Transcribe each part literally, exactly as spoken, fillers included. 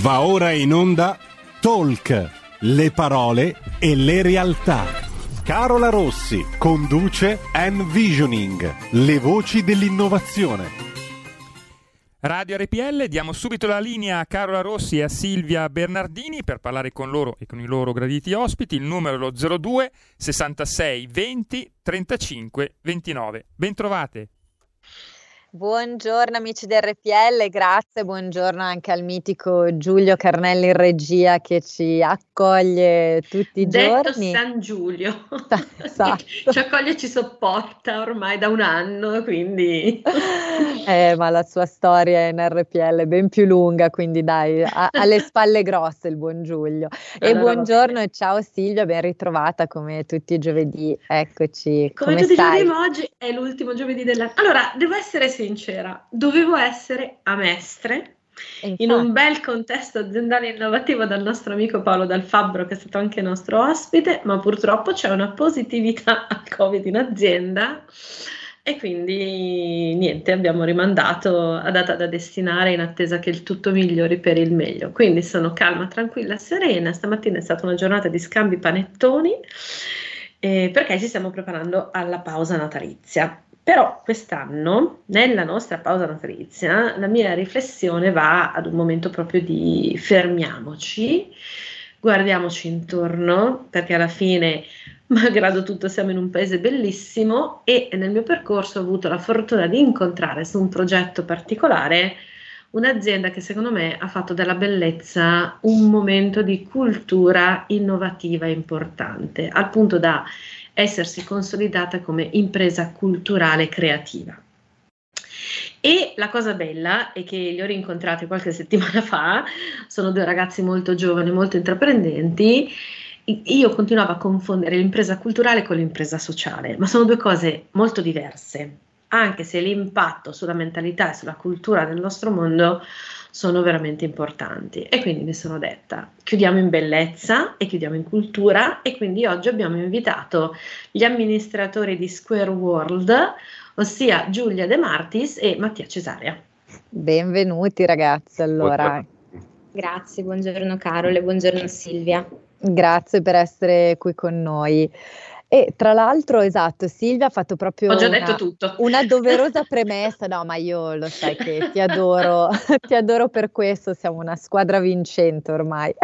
Va ora in onda Talk, le parole e le realtà. Carola Rossi conduce Envisioning, le voci dell'innovazione. Radio R P L, diamo subito la linea a Carola Rossi e a Silvia Bernardini per parlare con loro e con i loro graditi ospiti. Il numero è lo zero due sessantasei venti trentacinque ventinove. Bentrovate. Buongiorno amici di R P L, grazie, buongiorno anche al mitico Giulio Carnelli in regia che ci accoglie tutti i Detto giorni. San Giulio, esatto. Ci accoglie e ci sopporta ormai da un anno, quindi... Eh, ma la sua storia in R P L è ben più lunga, quindi dai, ha, ha le spalle grosse il buon Giulio. E allora, buongiorno e ciao Silvia, ben ritrovata come tutti i giovedì, eccoci. Come, come tutti stai? i giovedì, ma oggi è l'ultimo giovedì dell'anno. Allora, devo essere sincera, dovevo essere a Mestre, in un bel contesto aziendale innovativo dal nostro amico Paolo Dal Fabbro, che è stato anche nostro ospite, ma purtroppo c'è una positività al Covid in azienda e quindi niente, abbiamo rimandato a data da destinare in attesa che il tutto migliori per il meglio. Quindi sono calma, tranquilla, serena. Stamattina è stata una giornata di scambi panettoni eh, perché ci stiamo preparando alla pausa natalizia. Però quest'anno, nella nostra pausa natalizia, la mia riflessione va ad un momento proprio di fermiamoci, guardiamoci intorno, perché alla fine, malgrado tutto, siamo in un paese bellissimo e nel mio percorso ho avuto la fortuna di incontrare su un progetto particolare un'azienda che secondo me ha fatto della bellezza un momento di cultura innovativa importante, al punto da essersi consolidata come impresa culturale creativa. E la cosa bella è che li ho rincontrati qualche settimana fa, sono due ragazzi molto giovani, molto intraprendenti. Io continuavo a confondere l'impresa culturale con l'impresa sociale, ma sono due cose molto diverse, anche se l'impatto sulla mentalità e sulla cultura del nostro mondo sono veramente importanti. E quindi mi sono detta, chiudiamo in bellezza e chiudiamo in cultura, e quindi oggi abbiamo invitato gli amministratori di Square World, ossia Giulia De Martis e Mattia Cesaria. Benvenuti ragazzi, allora. Grazie, buongiorno Carole, buongiorno Silvia. Grazie per essere qui con noi. E tra l'altro, esatto, Silvia ha fatto proprio Ho già una, detto tutto. una doverosa premessa. No, ma io lo sai che ti adoro, ti adoro per questo, siamo una squadra vincente ormai.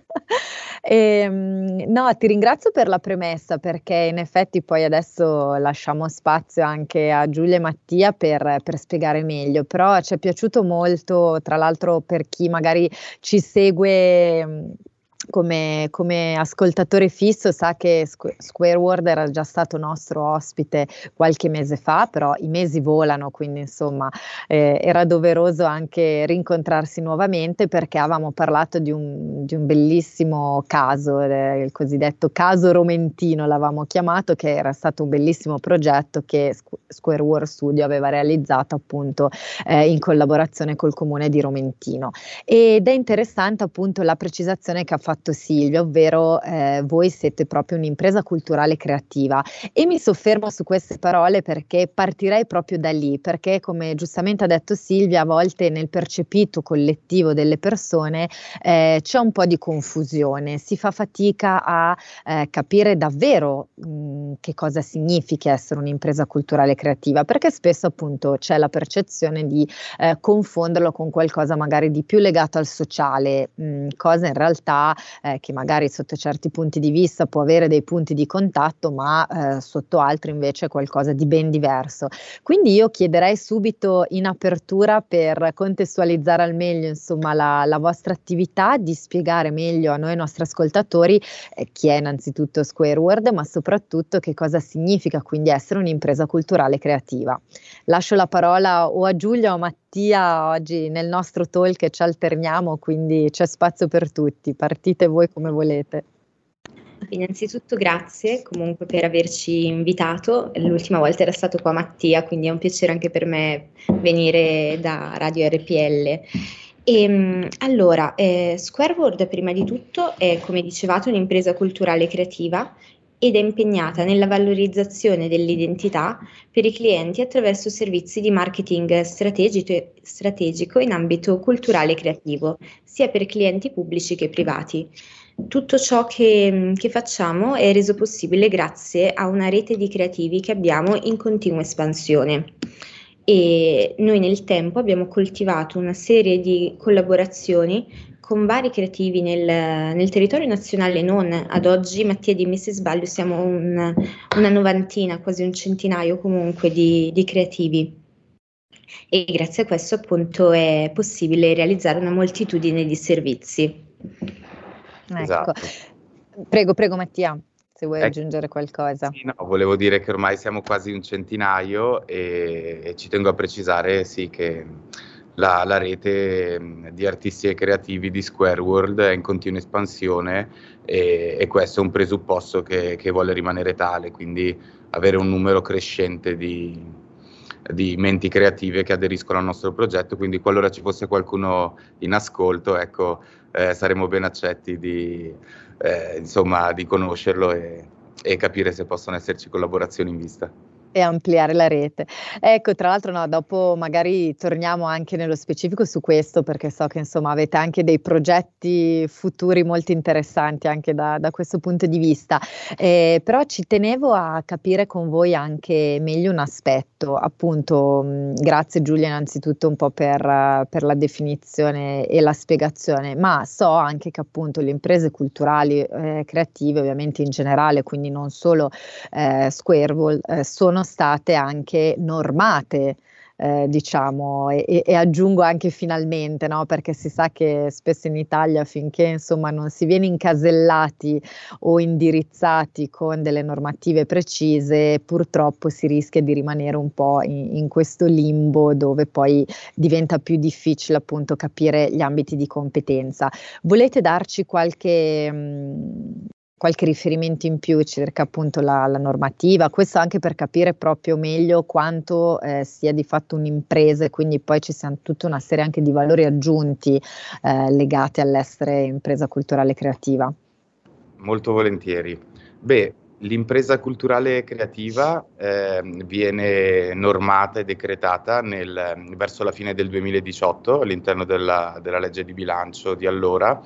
E, no, ti ringrazio per la premessa, perché in effetti poi adesso lasciamo spazio anche a Giulia e Mattia per, per spiegare meglio, però ci è piaciuto molto, tra l'altro per chi magari ci segue Come, come ascoltatore fisso sa che Square World era già stato nostro ospite qualche mese fa, però i mesi volano, quindi insomma eh, era doveroso anche rincontrarsi nuovamente, perché avevamo parlato di un, di un bellissimo caso, eh, il cosiddetto caso Romentino l'avevamo chiamato, che era stato un bellissimo progetto che Square World Studio aveva realizzato appunto eh, in collaborazione col comune di Romentino. Ed è interessante appunto la precisazione che ha fatto Silvia, ovvero eh, voi siete proprio un'impresa culturale creativa, e mi soffermo su queste parole perché partirei proprio da lì, perché come giustamente ha detto Silvia, a volte nel percepito collettivo delle persone eh, c'è un po' di confusione, si fa fatica a eh, capire davvero mh, che cosa significa essere un'impresa culturale creativa, perché spesso appunto c'è la percezione di eh, confonderlo con qualcosa magari di più legato al sociale, mh, cosa in realtà Eh, che magari sotto certi punti di vista può avere dei punti di contatto, ma eh, sotto altri invece è qualcosa di ben diverso. Quindi io chiederei subito in apertura, per contestualizzare al meglio insomma la, la vostra attività, di spiegare meglio a noi, ai nostri ascoltatori, eh, chi è innanzitutto Square World, ma soprattutto che cosa significa quindi essere un'impresa culturale creativa. Lascio la parola o a Giulia o a Mattia. Oggi nel nostro talk ci alterniamo, quindi c'è spazio per tutti, partite voi come volete. Innanzitutto grazie comunque per averci invitato, l'ultima volta era stato qua Mattia, quindi è un piacere anche per me venire da Radio R P L. E, allora, eh, Square World prima di tutto è, come dicevate, un'impresa culturale creativa ed è impegnata nella valorizzazione dell'identità per i clienti attraverso servizi di marketing strategico, strategico in ambito culturale e creativo, sia per clienti pubblici che privati. Tutto ciò che, che facciamo è reso possibile grazie a una rete di creativi che abbiamo in continua espansione. E noi nel tempo abbiamo coltivato una serie di collaborazioni con vari creativi nel, nel territorio nazionale, non ad oggi. Mattia, dimmi se sbaglio, siamo un, una novantina, quasi un centinaio comunque di, di creativi, e grazie a questo appunto è possibile realizzare una moltitudine di servizi. Ecco. Esatto. Prego, prego Mattia, se vuoi ecco. aggiungere qualcosa. Sì, no, volevo dire che ormai siamo quasi un centinaio e, e ci tengo a precisare sì che La, la rete di artisti e creativi di Square World è in continua espansione e, e questo è un presupposto che, che vuole rimanere tale, quindi avere un numero crescente di, di menti creative che aderiscono al nostro progetto, quindi qualora ci fosse qualcuno in ascolto, ecco, eh, saremo ben accetti di, eh, insomma, di conoscerlo e, e capire se possono esserci collaborazioni in vista. E ampliare la rete. Ecco, tra l'altro no, dopo magari torniamo anche nello specifico su questo, perché so che insomma avete anche dei progetti futuri molto interessanti anche da, da questo punto di vista, eh, però ci tenevo a capire con voi anche meglio un aspetto, appunto mh, grazie Giulia innanzitutto un po' per, uh, per la definizione e la spiegazione, ma so anche che appunto le imprese culturali eh, creative ovviamente in generale, quindi non solo eh, Square World, eh, sono state anche normate, eh, diciamo, e, e aggiungo anche finalmente, no? Perché si sa che spesso in Italia finché insomma non si viene incasellati o indirizzati con delle normative precise, purtroppo si rischia di rimanere un po' in, in questo limbo dove poi diventa più difficile appunto capire gli ambiti di competenza. Volete darci qualche mh, qualche riferimento in più circa appunto la, la normativa, questo anche per capire proprio meglio quanto eh, sia di fatto un'impresa e quindi poi ci sia tutta una serie anche di valori aggiunti eh, legati all'essere impresa culturale creativa. Molto volentieri. Beh, l'impresa culturale creativa eh, viene normata e decretata nel, verso la fine del duemiladiciotto all'interno della, della legge di bilancio di allora,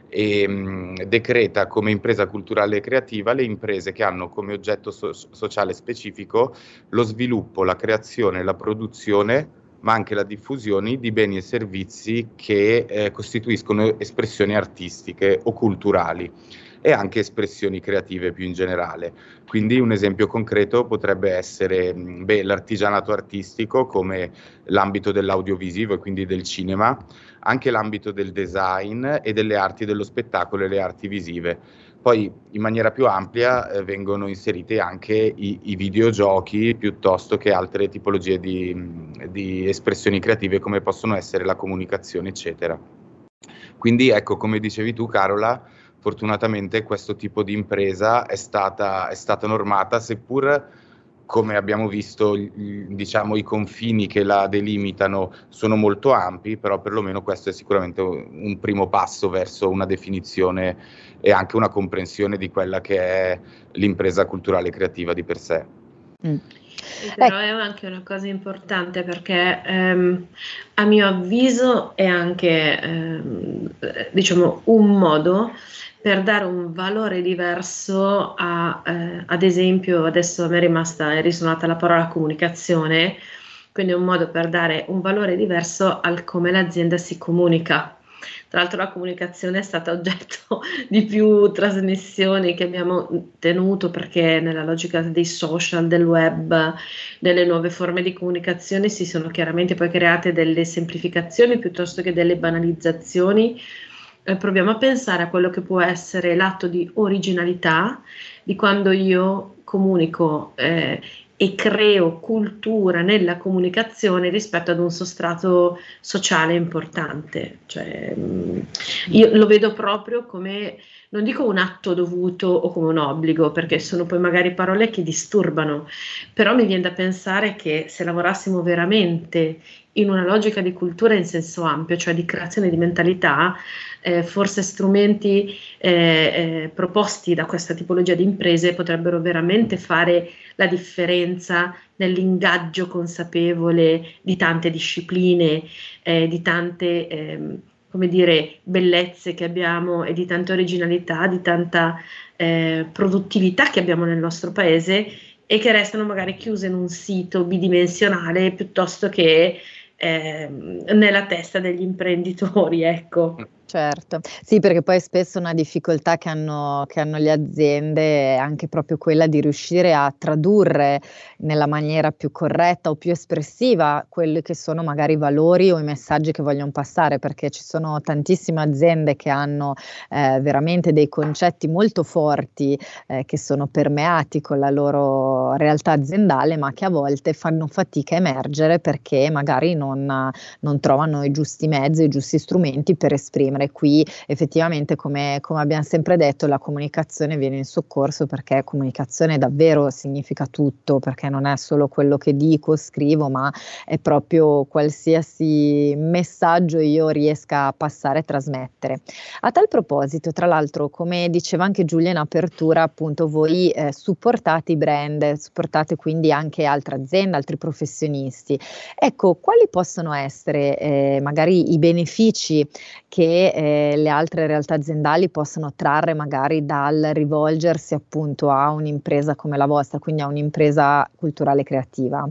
e mh, decreta come impresa culturale e creativa le imprese che hanno come oggetto so- sociale specifico lo sviluppo, la creazione, la produzione, ma anche la diffusione di beni e servizi che eh, costituiscono espressioni artistiche o culturali e anche espressioni creative più in generale. Quindi un esempio concreto potrebbe essere beh, l'artigianato artistico come l'ambito dell'audiovisivo e quindi del cinema, anche l'ambito del design e delle arti dello spettacolo e le arti visive. Poi in maniera più ampia eh, vengono inserite anche i, i videogiochi piuttosto che altre tipologie di, di espressioni creative come possono essere la comunicazione, eccetera. Quindi ecco, come dicevi tu Carola, fortunatamente questo tipo di impresa è stata, è stata normata, seppur come abbiamo visto diciamo i confini che la delimitano sono molto ampi, però perlomeno questo è sicuramente un primo passo verso una definizione e anche una comprensione di quella che è l'impresa culturale creativa di per sé. Mm. Però è anche una cosa importante perché ehm, a mio avviso è anche ehm, diciamo un modo per dare un valore diverso a, eh, ad esempio, adesso a me è rimasta, è risuonata la parola comunicazione, quindi è un modo per dare un valore diverso al come l'azienda si comunica. Tra l'altro la comunicazione è stata oggetto di più trasmissioni che abbiamo tenuto perché nella logica dei social, del web, delle nuove forme di comunicazione si sono chiaramente poi create delle semplificazioni piuttosto che delle banalizzazioni. Eh, proviamo a pensare a quello che può essere l'atto di originalità di quando io comunico eh, e creo cultura nella comunicazione rispetto ad un sostrato sociale importante. Cioè, io lo vedo proprio come, non dico un atto dovuto o come un obbligo, perché sono poi magari parole che disturbano, però mi viene da pensare che se lavorassimo veramente in una logica di cultura in senso ampio, cioè di creazione di mentalità, eh, forse strumenti eh, eh, proposti da questa tipologia di imprese potrebbero veramente fare la differenza nell'ingaggio consapevole di tante discipline, eh, di tante eh, come dire, bellezze che abbiamo e di tanta originalità, di tanta eh, produttività che abbiamo nel nostro paese e che restano magari chiuse in un sito bidimensionale piuttosto che eh, nella testa degli imprenditori, ecco. Certo, sì, perché poi spesso una difficoltà che hanno, che hanno le aziende è anche proprio quella di riuscire a tradurre nella maniera più corretta o più espressiva quelli che sono magari i valori o i messaggi che vogliono passare, perché ci sono tantissime aziende che hanno eh, veramente dei concetti molto forti eh, che sono permeati con la loro realtà aziendale, ma che a volte fanno fatica a emergere perché magari non, non trovano i giusti mezzi, i giusti strumenti per esprimere. Qui effettivamente, come, come abbiamo sempre detto, la comunicazione viene in soccorso, perché comunicazione davvero significa tutto, perché non è solo quello che dico, scrivo, ma è proprio qualsiasi messaggio io riesca a passare e trasmettere. A tal proposito, tra l'altro, come diceva anche Giulia in apertura, appunto voi eh, supportate i brand, supportate quindi anche altre aziende, altri professionisti. Ecco, quali possono essere eh, magari i benefici che eh, le altre realtà aziendali possono trarre magari dal rivolgersi appunto a un'impresa come la vostra, quindi a un'impresa culturale creativa?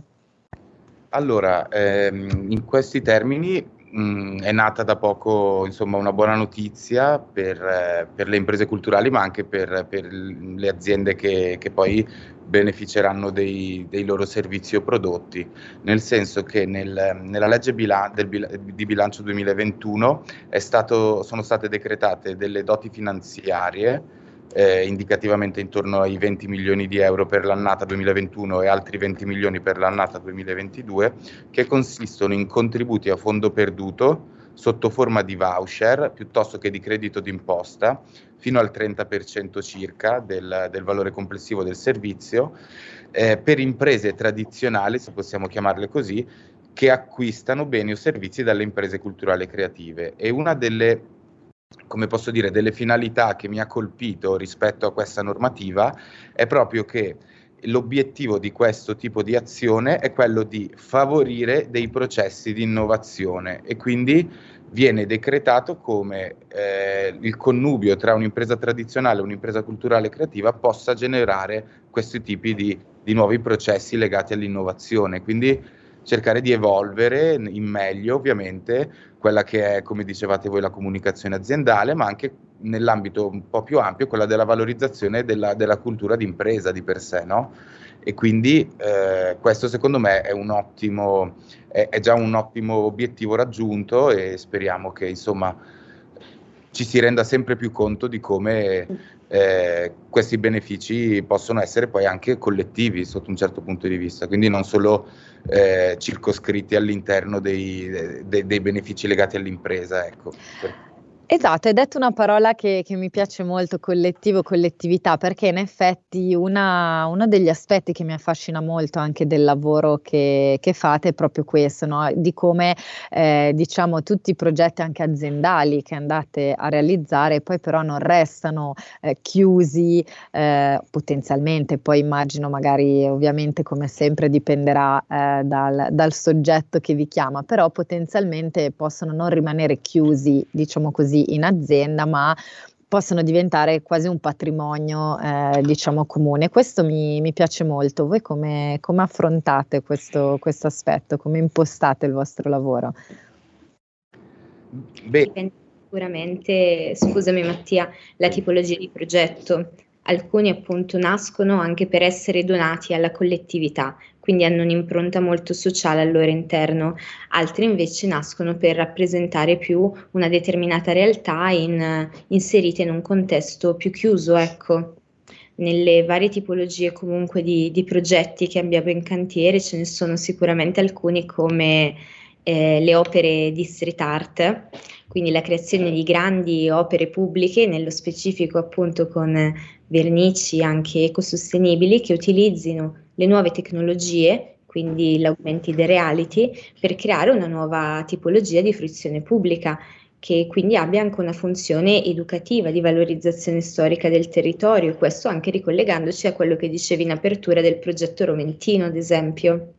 Allora, ehm, in questi termini mh, è nata da poco, insomma, una buona notizia per, eh, per le imprese culturali, ma anche per, per le aziende che, che poi beneficeranno dei, dei loro servizi o prodotti, nel senso che nel, nella legge bilan- del bil- di bilancio duemilaventuno è stato, sono state decretate delle doti finanziarie eh, indicativamente intorno ai venti milioni di euro per l'annata duemilaventuno e altri venti milioni per l'annata duemilaventidue, che consistono in contributi a fondo perduto sotto forma di voucher piuttosto che di credito d'imposta fino al trenta per cento circa del, del valore complessivo del servizio, eh, per imprese tradizionali, se possiamo chiamarle così, che acquistano beni o servizi dalle imprese culturali e creative. E una delle, come posso dire, delle finalità che mi ha colpito rispetto a questa normativa è proprio che l'obiettivo di questo tipo di azione è quello di favorire dei processi di innovazione e quindi viene decretato come eh, il connubio tra un'impresa tradizionale e un'impresa culturale e creativa possa generare questi tipi di, di nuovi processi legati all'innovazione, quindi cercare di evolvere in meglio ovviamente quella che è, come dicevate voi, la comunicazione aziendale, ma anche nell'ambito un po' più ampio quella della valorizzazione della, della cultura d'impresa di per sé, no? E quindi eh, questo secondo me è un ottimo, è, è già un ottimo obiettivo raggiunto e speriamo che insomma ci si renda sempre più conto di come eh, questi benefici possono essere poi anche collettivi sotto un certo punto di vista, quindi non solo eh, circoscritti all'interno dei, dei, dei benefici legati all'impresa, ecco. Esatto, hai detto una parola che, che mi piace molto, collettivo, collettività, perché in effetti una, uno degli aspetti che mi affascina molto anche del lavoro che, che fate è proprio questo, no? Di come eh, diciamo tutti i progetti anche aziendali che andate a realizzare poi però non restano eh, chiusi eh, potenzialmente, poi immagino magari ovviamente come sempre dipenderà eh, dal, dal soggetto che vi chiama, però potenzialmente possono non rimanere chiusi, diciamo così, in azienda, ma possono diventare quasi un patrimonio eh, diciamo comune. Questo mi, mi piace molto. Voi come, come affrontate questo, questo aspetto? Come impostate il vostro lavoro? Beh. Dipende sicuramente, scusami Mattia, la tipologia di progetto. Alcuni appunto nascono anche per essere donati alla collettività, quindi hanno un'impronta molto sociale al loro interno, altri invece nascono per rappresentare più una determinata realtà in, inserita in un contesto più chiuso, ecco. Nelle varie tipologie comunque di, di progetti che abbiamo in cantiere ce ne sono sicuramente alcuni come eh, le opere di street art, quindi la creazione di grandi opere pubbliche, nello specifico appunto con vernici anche ecosostenibili che utilizzino le nuove tecnologie, quindi l'augmented reality, per creare una nuova tipologia di fruizione pubblica, che quindi abbia anche una funzione educativa di valorizzazione storica del territorio, questo anche ricollegandoci a quello che dicevi in apertura del progetto Romentino, ad esempio.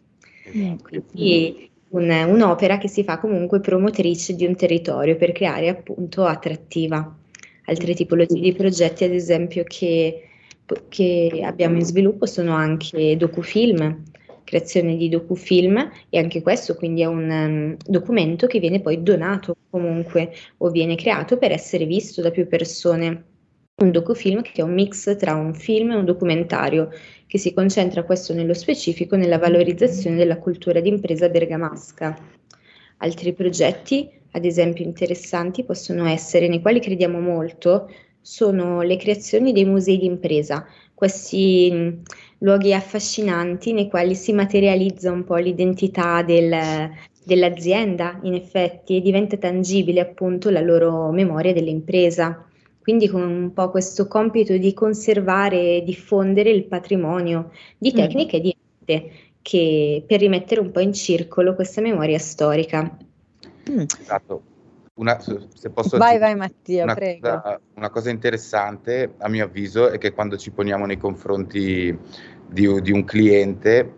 Quindi un, un'opera che si fa comunque promotrice di un territorio per creare appunto attrattiva. Altre tipologie di progetti, ad esempio, che, che abbiamo in sviluppo sono anche docufilm, creazione di docufilm, e anche questo quindi è un um, documento che viene poi donato comunque o viene creato per essere visto da più persone. Un docufilm che è un mix tra un film e un documentario, che si concentra questo nello specifico nella valorizzazione della cultura d'impresa bergamasca. Altri progetti, ad esempio interessanti, possono essere, nei quali crediamo molto, sono le creazioni dei musei d'impresa, questi mh, luoghi affascinanti nei quali si materializza un po' l'identità del, dell'azienda, in effetti, e diventa tangibile appunto la loro memoria dell'impresa. Quindi con un po' questo compito di conservare e diffondere il patrimonio di tecniche e di arte, che per rimettere un po' in circolo questa memoria storica. Esatto. Una, se posso vai, vai Mattia, una prego. Cosa, una cosa interessante, a mio avviso, è che quando ci poniamo nei confronti di, di un cliente,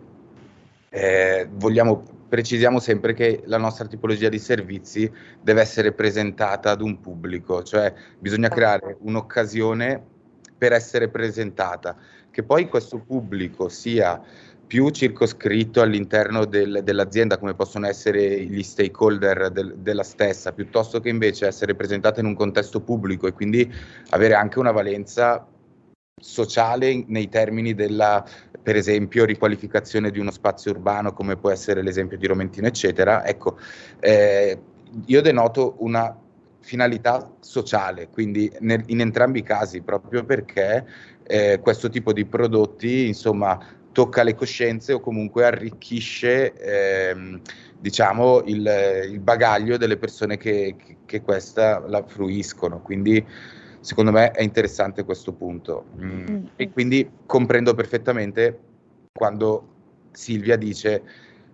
eh, vogliamo, precisiamo sempre che la nostra tipologia di servizi deve essere presentata ad un pubblico, cioè bisogna creare un'occasione per essere presentata, che poi questo pubblico sia più circoscritto all'interno del, dell'azienda, come possono essere gli stakeholder del, della stessa, piuttosto che invece essere presentata in un contesto pubblico e quindi avere anche una valenza sociale nei termini della, per esempio, riqualificazione di uno spazio urbano, come può essere l'esempio di Romentino, eccetera. Ecco, eh, io denoto una finalità sociale, quindi nel, in entrambi i casi, proprio perché eh, questo tipo di prodotti, insomma, tocca le coscienze o comunque arricchisce ehm, diciamo il, il bagaglio delle persone che, che, che questa la fruiscono, quindi secondo me è interessante questo punto. Mm. Mm-hmm. E quindi comprendo perfettamente quando Silvia dice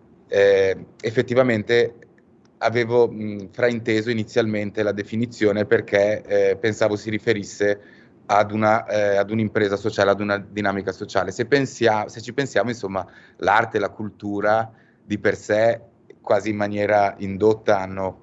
eh, effettivamente avevo mh, frainteso inizialmente la definizione perché eh, pensavo si riferisse ad, una, eh, ad un'impresa sociale, ad una dinamica sociale. Se, pensia, se ci pensiamo, insomma, l'arte e la cultura di per sé, quasi in maniera indotta, hanno,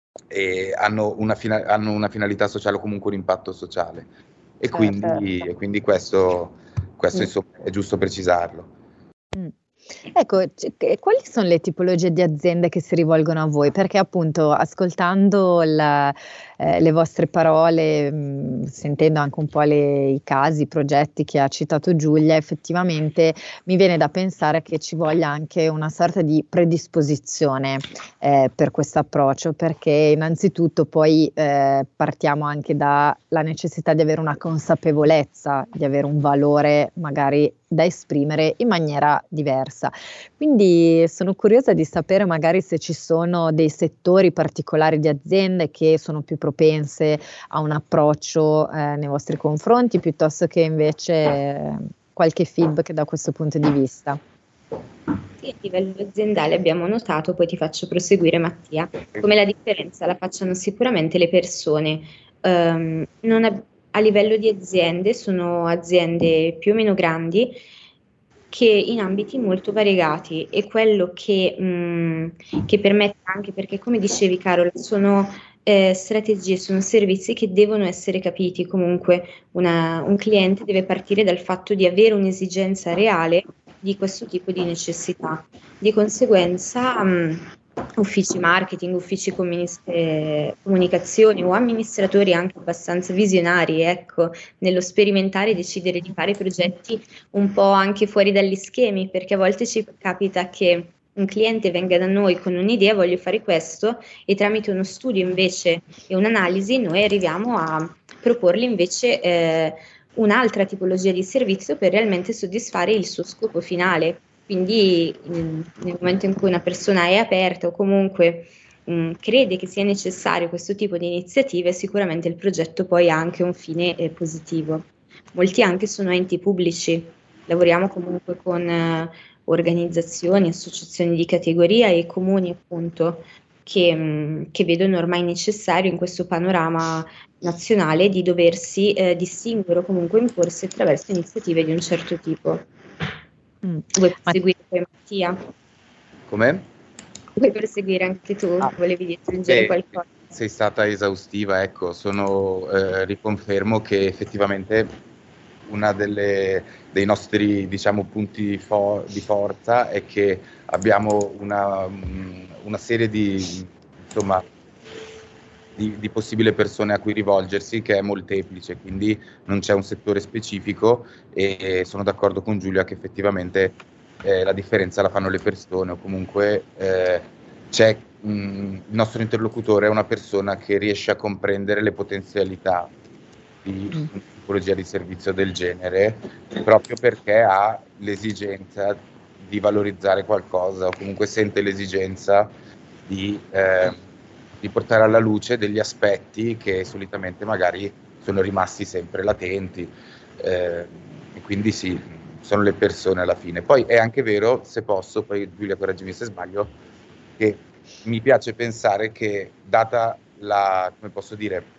eh, hanno, una, fina, hanno una finalità sociale o comunque un impatto sociale. E certo. quindi, e quindi questo, questo mm. insomma, è giusto precisarlo. Mm. Ecco, c- quali sono le tipologie di aziende che si rivolgono a voi? Perché appunto ascoltando la, eh, le vostre parole, mh, sentendo anche un po' le, i casi, i progetti che ha citato Giulia, effettivamente mi viene da pensare che ci voglia anche una sorta di predisposizione eh, per questo approccio, perché innanzitutto poi eh, partiamo anche dalla necessità di avere una consapevolezza, di avere un valore magari da esprimere in maniera diversa. Quindi sono curiosa di sapere magari se ci sono dei settori particolari di aziende che sono più propense a un approccio eh, nei vostri confronti, piuttosto che invece eh, qualche feedback da questo punto di vista. Sì, a livello aziendale abbiamo notato, poi ti faccio proseguire Mattia, come la differenza la facciano sicuramente le persone. Um, non ab- A livello di aziende, sono aziende più o meno grandi che in ambiti molto variegati, e quello che, mh, che permette anche, perché come dicevi Carola, sono eh, strategie, sono servizi che devono essere capiti. Comunque una, un cliente deve partire dal fatto di avere un'esigenza reale di questo tipo di necessità. Di conseguenza mh, uffici marketing, uffici comunis- eh, comunicazioni o amministratori anche abbastanza visionari, ecco, nello sperimentare e decidere di fare progetti un po' anche fuori dagli schemi, perché a volte ci capita che un cliente venga da noi con un'idea, voglio fare questo, e tramite uno studio invece e un'analisi noi arriviamo a proporgli invece eh, un'altra tipologia di servizio per realmente soddisfare il suo scopo finale. Quindi nel momento in cui una persona è aperta o comunque mh, crede che sia necessario questo tipo di iniziative, sicuramente il progetto poi ha anche un fine eh, positivo. Molti anche sono enti pubblici, lavoriamo comunque con eh, organizzazioni, associazioni di categoria e comuni appunto che, che vedono ormai necessario in questo panorama nazionale di doversi eh, distinguere o comunque imporsi attraverso iniziative di un certo tipo. Mm. Vuoi proseguire poi, Mattia? Com'è? Vuoi proseguire anche tu? Ah, volevi aggiungere qualcosa? Sei stata esaustiva, ecco, sono eh, riconfermo che effettivamente una delle dei nostri, diciamo, punti fo- di forza è che abbiamo una, una serie di, insomma, di, di possibili persone a cui rivolgersi che è molteplice, quindi non c'è un settore specifico, e sono d'accordo con Giulia che effettivamente eh, la differenza la fanno le persone, o comunque eh, c'è mh, il nostro interlocutore è una persona che riesce a comprendere le potenzialità di una tipologia di servizio del genere, proprio perché ha l'esigenza di valorizzare qualcosa, o comunque sente l'esigenza di, eh, di portare alla luce degli aspetti che solitamente magari sono rimasti sempre latenti, eh, e quindi sì, sono le persone alla fine. Poi è anche vero, se posso, poi Giulia correggimi se sbaglio, che mi piace pensare che data la, come posso dire,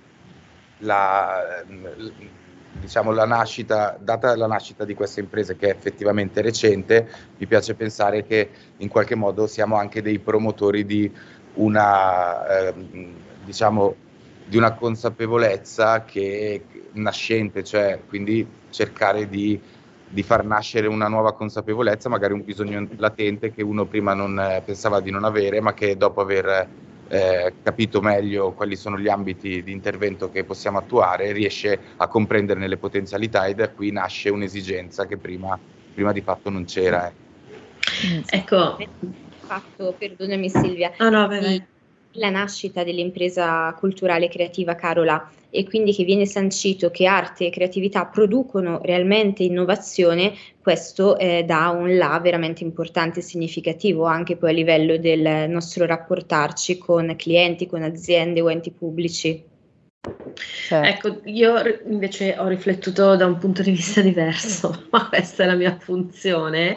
la, diciamo la nascita, data la nascita di questa impresa che è effettivamente recente, mi piace pensare che in qualche modo siamo anche dei promotori di una, eh, diciamo, di una consapevolezza che è nascente, cioè quindi cercare di, di far nascere una nuova consapevolezza, magari un bisogno latente che uno prima non eh, pensava di non avere, ma che dopo aver Eh, capito meglio quali sono gli ambiti di intervento che possiamo attuare, riesce a comprenderne le potenzialità, e da qui nasce un'esigenza che prima, prima di fatto non c'era. Eh. Ecco, fatto, perdonami Silvia, oh no, di, la nascita dell'impresa culturale creativa Carola, e quindi che viene sancito che arte e creatività producono realmente innovazione, questo eh, dà un là veramente importante e significativo anche poi a livello del nostro rapportarci con clienti, con aziende o enti pubblici. Certo. Ecco, io invece ho riflettuto da un punto di vista diverso, ma questa è la mia funzione.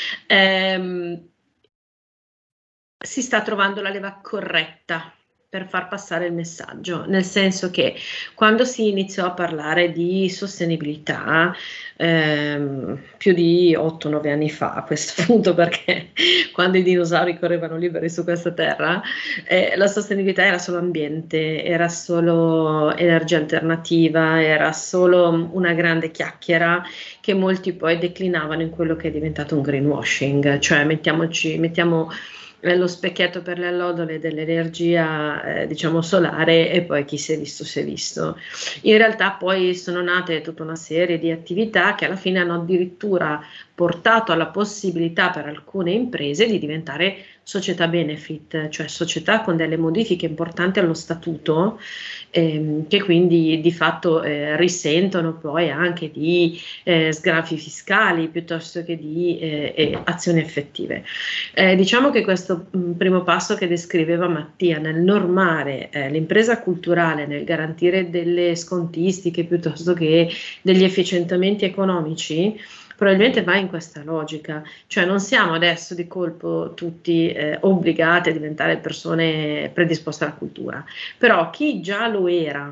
Ehm, si sta trovando la leva corretta per far passare il messaggio, nel senso che quando si iniziò a parlare di sostenibilità ehm, più di otto nove anni fa a questo punto, perché quando i dinosauri correvano liberi su questa terra, eh, la sostenibilità era solo ambiente, era solo energia alternativa, era solo una grande chiacchiera che molti poi declinavano in quello che è diventato un greenwashing, cioè mettiamoci, mettiamo lo specchietto per le allodole dell'energia eh, diciamo solare, e poi chi si è visto si è visto. In realtà poi sono nate tutta una serie di attività che alla fine hanno addirittura portato alla possibilità per alcune imprese di diventare società benefit, cioè società con delle modifiche importanti allo statuto, ehm, che quindi di fatto eh, risentono poi anche di eh, sgravi fiscali piuttosto che di eh, eh, azioni effettive. Eh, diciamo che questo mh, primo passo che descriveva Mattia nel normare eh, l'impresa culturale, nel garantire delle scontistiche piuttosto che degli efficientamenti economici, probabilmente va in questa logica, cioè non siamo adesso di colpo tutti eh, obbligati a diventare persone predisposte alla cultura, però chi già lo era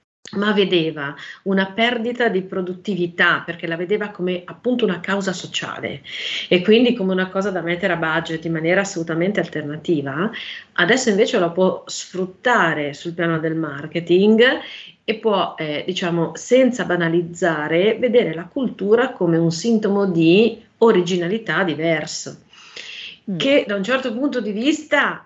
ma vedeva una perdita di produttività perché la vedeva come appunto una causa sociale e quindi come una cosa da mettere a budget in maniera assolutamente alternativa, adesso invece la può sfruttare sul piano del marketing e può, eh, diciamo, senza banalizzare, vedere la cultura come un sintomo di originalità diverso, mm. che da un certo punto di vista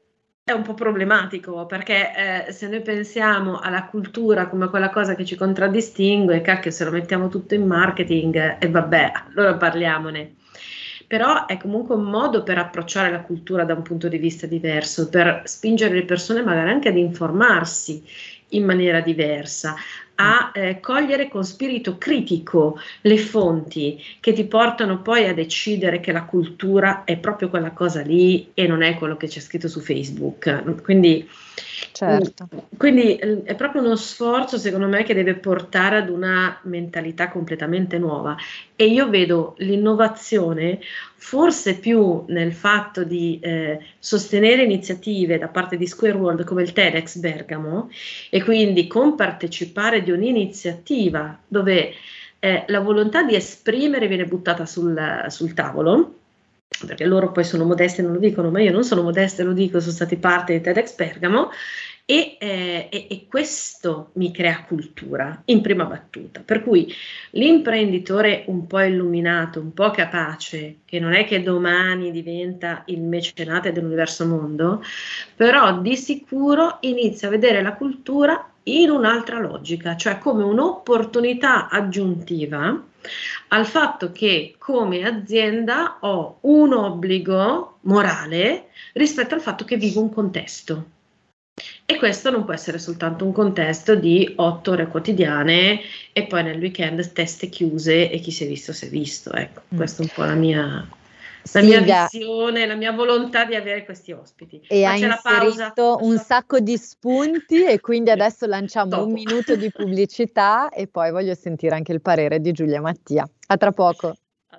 è un po' problematico, perché eh, se noi pensiamo alla cultura come quella cosa che ci contraddistingue, cacchio, se lo mettiamo tutto in marketing, e eh, vabbè, allora parliamone. Però è comunque un modo per approcciare la cultura da un punto di vista diverso, per spingere le persone magari anche ad informarsi in maniera diversa, a eh, cogliere con spirito critico le fonti che ti portano poi a decidere che la cultura è proprio quella cosa lì e non è quello che c'è scritto su Facebook. Quindi Certo. Quindi è proprio uno sforzo, secondo me, che deve portare ad una mentalità completamente nuova, e io vedo l'innovazione forse più nel fatto di eh, sostenere iniziative da parte di Square World come il TEDx Bergamo, e quindi compartecipare di un'iniziativa dove eh, la volontà di esprimere viene buttata sul, sul tavolo, perché loro poi sono modesti e non lo dicono, ma io non sono modesta e lo dico, sono stati parte di TEDx Bergamo, e, eh, e, e questo mi crea cultura in prima battuta, per cui l'imprenditore un po' illuminato, un po' capace, che non è che domani diventa il mecenate dell'universo mondo, però di sicuro inizia a vedere la cultura in un'altra logica, cioè come un'opportunità aggiuntiva al fatto che come azienda ho un obbligo morale rispetto al fatto che vivo un contesto, e questo non può essere soltanto un contesto di otto ore quotidiane e poi nel weekend teste chiuse e chi si è visto si è visto, ecco, mm. questa è un po' la mia la mia visione, la mia volontà di avere questi ospiti. E ha inserito un sacco di spunti, e quindi adesso lanciamo Dopo. un minuto di pubblicità e poi voglio sentire anche il parere di Giulia Mattia. A tra poco.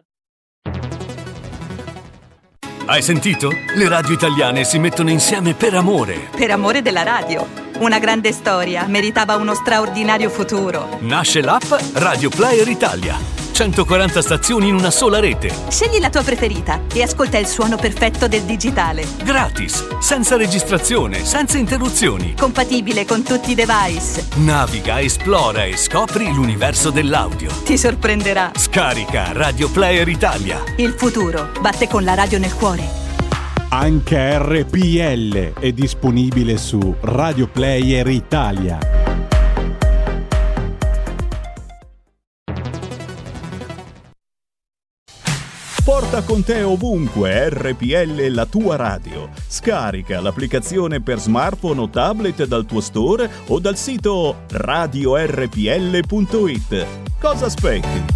Hai sentito? Le radio italiane si mettono insieme per amore. Per amore della radio. Una grande storia meritava uno straordinario futuro. Nasce l'app Radio Player Italia. centoquaranta stazioni in una sola rete. Scegli la tua preferita e ascolta il suono perfetto del digitale. Gratis, senza registrazione, senza interruzioni. Compatibile con tutti i device. Naviga, esplora e scopri l'universo dell'audio. Ti sorprenderà. Scarica Radio Player Italia. Il futuro batte con la radio nel cuore. Anche R P L è disponibile su Radio Player Italia. Porta con te ovunque R P L, la tua radio. Scarica l'applicazione per smartphone o tablet dal tuo store o dal sito radio r p l punto i t. Cosa aspetti?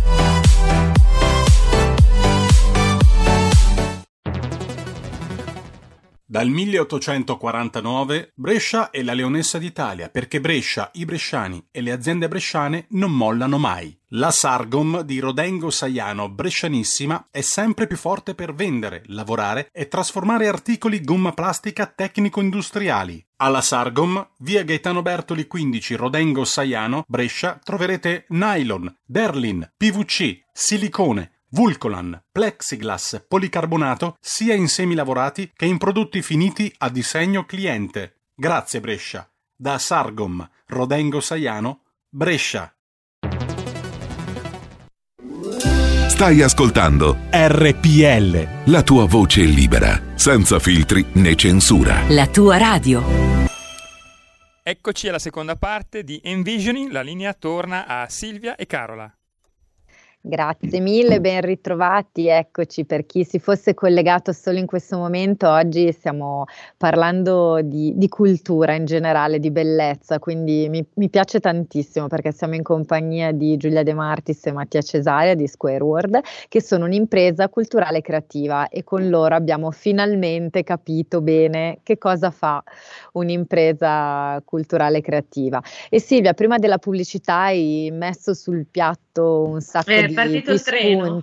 Dal milleottocentoquarantanove Brescia è la leonessa d'Italia, perché Brescia, i bresciani e le aziende bresciane non mollano mai. La Sargom di Rodengo Saiano Brescianissima è sempre più forte per vendere, lavorare e trasformare articoli gomma plastica tecnico-industriali. Alla Sargom, via Gaetano Bertoli quindici, Rodengo Saiano, Brescia, troverete nylon, derlin, P V C, silicone, Vulcolan, plexiglass, policarbonato, sia in semi lavorati che in prodotti finiti a disegno cliente. Grazie Brescia. Da Sargom, Rodengo Saiano, Brescia. Stai ascoltando R P L, la tua voce libera, senza filtri né censura. La tua radio. Eccoci alla seconda parte di Envisioning, la linea torna a Silvia e Carola. Grazie mille, ben ritrovati, eccoci. Per chi si fosse collegato solo in questo momento, oggi stiamo parlando di, di cultura in generale, di bellezza, quindi mi, mi piace tantissimo perché siamo in compagnia di Giulia De Martis e Mattia Cesaria di Square World, che sono un'impresa culturale creativa, e con loro abbiamo finalmente capito bene che cosa fa un'impresa culturale creativa. E Silvia, prima della pubblicità hai messo sul piatto un sacco eh, di partito il treno.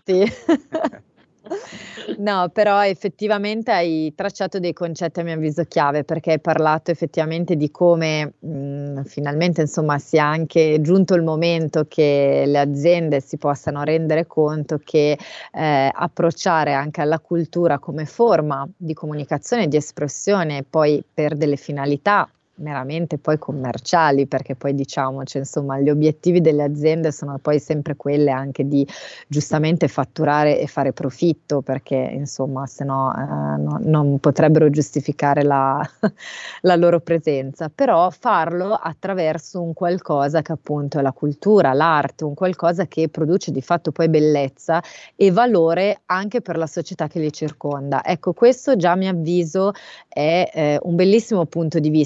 No, però effettivamente hai tracciato dei concetti a mio avviso chiave, perché hai parlato effettivamente di come mh, finalmente insomma sia anche giunto il momento che le aziende si possano rendere conto che eh, approcciare anche alla cultura come forma di comunicazione e di espressione, poi per delle finalità meramente poi commerciali, perché poi diciamoci, insomma, gli obiettivi delle aziende sono poi sempre quelle anche di giustamente fatturare e fare profitto, perché insomma se no, eh, no non potrebbero giustificare la, la loro presenza, però farlo attraverso un qualcosa che appunto è la cultura, l'arte, un qualcosa che produce di fatto poi bellezza e valore anche per la società che li circonda. Ecco, questo già a mio avviso è eh, un bellissimo punto di vista ed è un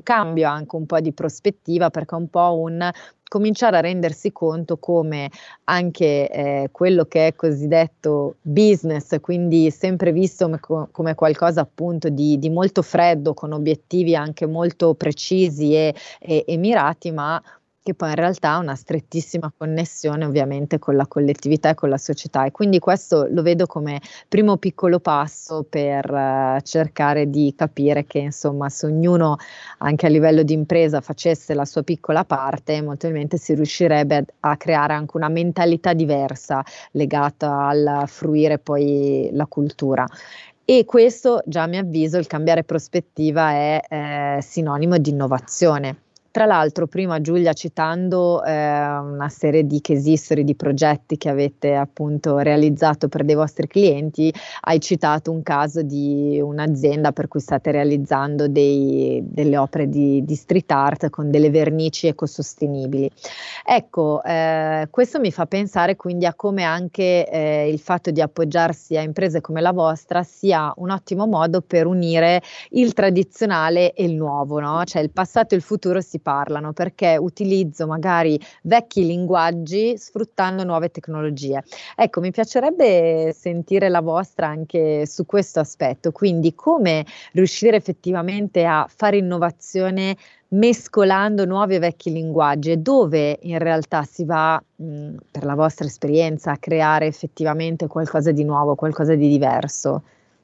cambio anche un po' di prospettiva, perché è un po' un cominciare a rendersi conto come anche eh, quello che è cosiddetto business, quindi sempre visto come, come qualcosa appunto di, di molto freddo, con obiettivi anche molto precisi e, e, e mirati, ma che poi in realtà ha una strettissima connessione ovviamente con la collettività e con la società, e quindi questo lo vedo come primo piccolo passo per uh, cercare di capire che insomma se ognuno anche a livello di impresa facesse la sua piccola parte, molto probabilmente si riuscirebbe a, a creare anche una mentalità diversa legata al fruire poi la cultura. E questo, già a mio avviso, il cambiare prospettiva è eh, sinonimo di innovazione. Tra l'altro, prima Giulia, citando eh, una serie di case history, di progetti che avete appunto realizzato per dei vostri clienti, hai citato un caso di un'azienda per cui state realizzando dei, delle opere di, di street art con delle vernici ecosostenibili. Ecco, eh, questo mi fa pensare quindi a come anche eh, il fatto di appoggiarsi a imprese come la vostra sia un ottimo modo per unire il tradizionale e il nuovo, no? Cioè il passato e il futuro si parlano, perché utilizzo magari vecchi linguaggi sfruttando nuove tecnologie. Ecco, mi piacerebbe sentire la vostra anche su questo aspetto, quindi come riuscire effettivamente a fare innovazione mescolando nuovi e vecchi linguaggi, e dove in realtà si va, mh, per la vostra esperienza, a creare effettivamente qualcosa di nuovo, qualcosa di diverso.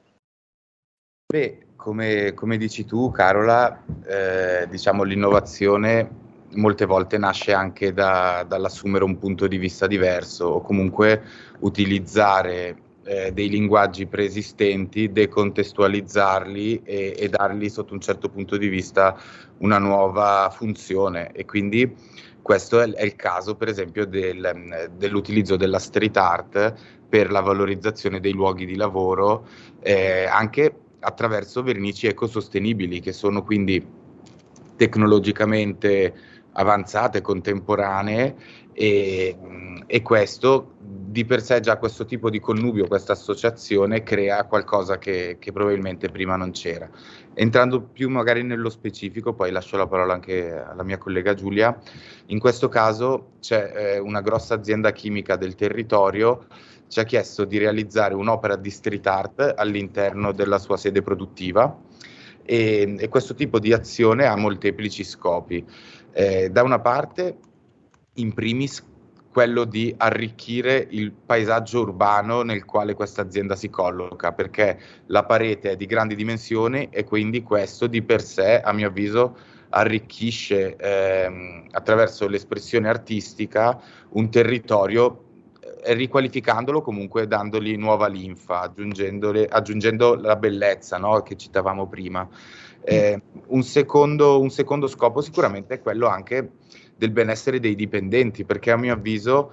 Beh, come, come dici tu, Carola, eh, diciamo l'innovazione molte volte nasce anche da, dall'assumere un punto di vista diverso, o comunque utilizzare eh, dei linguaggi preesistenti, decontestualizzarli e, e dargli sotto un certo punto di vista una nuova funzione. E quindi questo è, è il caso, per esempio, del, dell'utilizzo della street art per la valorizzazione dei luoghi di lavoro, eh, anche attraverso vernici ecosostenibili, che sono quindi tecnologicamente avanzate, contemporanee, e, e questo di per sé, già questo tipo di connubio, questa associazione crea qualcosa che, che probabilmente prima non c'era. Entrando più magari nello specifico, poi lascio la parola anche alla mia collega Giulia, in questo caso c'è eh, una grossa azienda chimica del territorio, ci ha chiesto di realizzare un'opera di street art all'interno della sua sede produttiva, e, e questo tipo di azione ha molteplici scopi. Eh, da una parte, in primis, quello di arricchire il paesaggio urbano nel quale questa azienda si colloca, perché la parete è di grandi dimensioni e quindi questo di per sé, a mio avviso, arricchisce ehm, attraverso l'espressione artistica un territorio, riqualificandolo, comunque dandogli nuova linfa, aggiungendo la bellezza, no, che citavamo prima. Eh, un, secondo, un secondo scopo sicuramente è quello anche del benessere dei dipendenti, perché a mio avviso,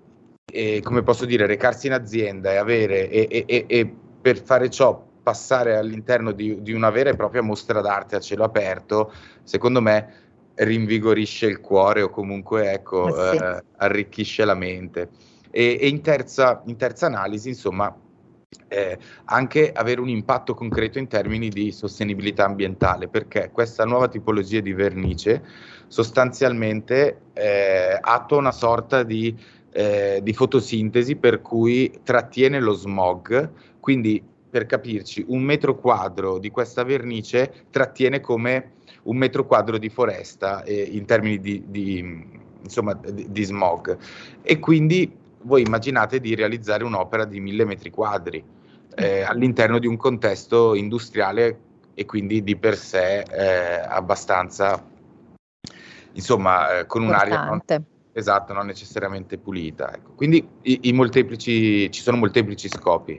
eh, come posso dire, recarsi in azienda e avere e, e, e per fare ciò passare all'interno di, di una vera e propria mostra d'arte a cielo aperto, secondo me rinvigorisce il cuore, o comunque ecco, eh sì. eh, arricchisce la mente. E, e in, terza, in terza analisi, insomma, eh, anche avere un impatto concreto in termini di sostenibilità ambientale, perché questa nuova tipologia di vernice sostanzialmente eh, attua una sorta di, eh, di fotosintesi per cui trattiene lo smog, quindi per capirci un metro quadro di questa vernice trattiene come un metro quadro di foresta eh, in termini di, di, insomma, di, di smog, e quindi voi immaginate di realizzare un'opera di mille metri quadri eh, all'interno di un contesto industriale e quindi di per sé eh, abbastanza, insomma, eh, con un'aria non, esatto, non necessariamente pulita. Ecco. Quindi i, i molteplici, ci sono molteplici scopi.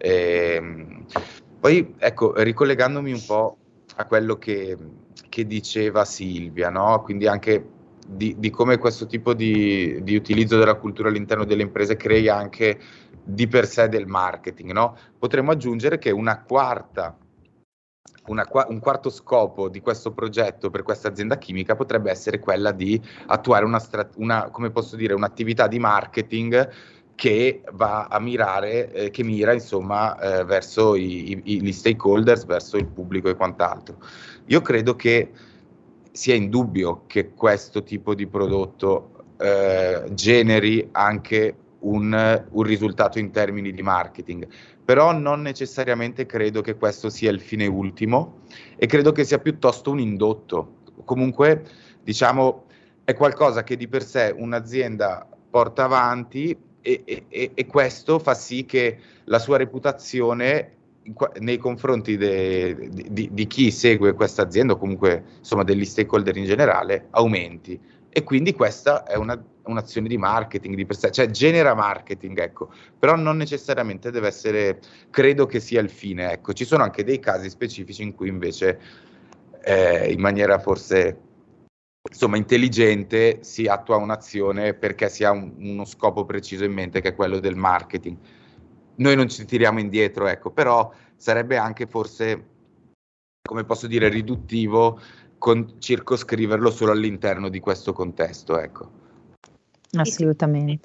Eh, poi, ecco, ricollegandomi un po' a quello che, che diceva Silvia, no? Quindi anche Di, di come questo tipo di, di utilizzo della cultura all'interno delle imprese crei anche di per sé del marketing, no? Potremmo aggiungere che una quarta, una, un quarto scopo di questo progetto per questa azienda chimica potrebbe essere quella di attuare una, una come posso dire, un'attività di marketing che va a mirare, eh, che mira insomma eh, verso i, i, gli stakeholders, verso il pubblico e quant'altro. Io credo che sia indubbio che questo tipo di prodotto eh, generi anche un, un risultato in termini di marketing, però non necessariamente credo che questo sia il fine ultimo, e credo che sia piuttosto un indotto. Comunque, diciamo, è qualcosa che di per sé un'azienda porta avanti, e, e, e questo fa sì che la sua reputazione nei confronti de, di, di chi segue questa azienda, o comunque insomma degli stakeholder in generale, aumenti. E quindi questa è una, un'azione di marketing di per sé, cioè genera marketing, ecco, però non necessariamente deve essere, credo che sia il fine, ecco. Ci sono anche dei casi specifici in cui invece eh, in maniera forse insomma intelligente si attua un'azione perché si ha un, uno scopo preciso in mente, che è quello del marketing. Noi non ci tiriamo indietro, ecco, però sarebbe anche forse, come posso dire, riduttivo con circoscriverlo solo all'interno di questo contesto, ecco. Assolutamente.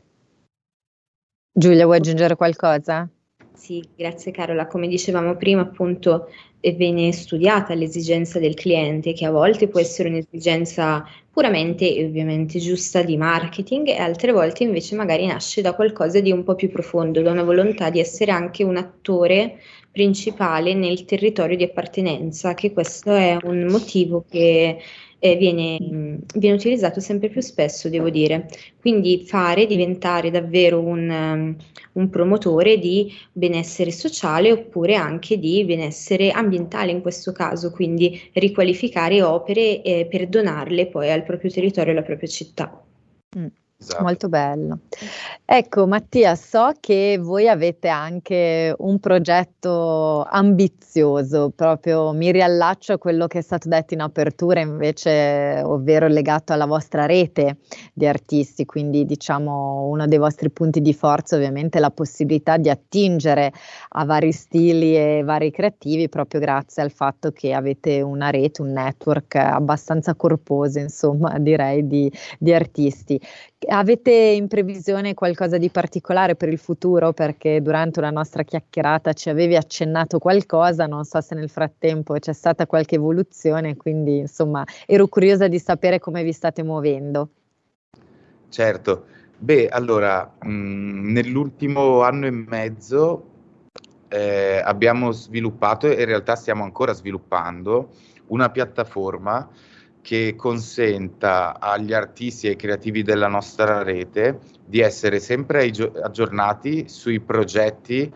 Giulia, vuoi aggiungere qualcosa? Sì, grazie Carola. Come dicevamo prima, appunto, viene studiata l'esigenza del cliente, che a volte può essere un'esigenza puramente e ovviamente giusta di marketing, e altre volte invece magari nasce da qualcosa di un po' più profondo, da una volontà di essere anche un attore principale nel territorio di appartenenza, che questo è un motivo che eh, viene, viene utilizzato sempre più spesso, devo dire. Quindi fare, diventare davvero un, um, un promotore di benessere sociale, oppure anche di benessere ambientale in questo caso, quindi riqualificare opere eh, per donarle poi al proprio territorio e alla propria città. Mm. Esatto. Molto bello. Ecco Mattia, so che voi avete anche un progetto ambizioso, proprio mi riallaccio a quello che è stato detto in apertura invece, ovvero legato alla vostra rete di artisti, quindi diciamo uno dei vostri punti di forza ovviamente è la possibilità di attingere a vari stili e vari creativi, proprio grazie al fatto che avete una rete, un network abbastanza corposo, insomma, direi di, di artisti. Avete in previsione qualcosa di particolare per il futuro? Perché durante una nostra chiacchierata ci avevi accennato qualcosa, non so se nel frattempo c'è stata qualche evoluzione, quindi insomma ero curiosa di sapere come vi state muovendo. Certo, beh allora mh, nell'ultimo anno e mezzo eh, abbiamo sviluppato, e in realtà stiamo ancora sviluppando, una piattaforma che consenta agli artisti e ai creativi della nostra rete di essere sempre aggiornati sui progetti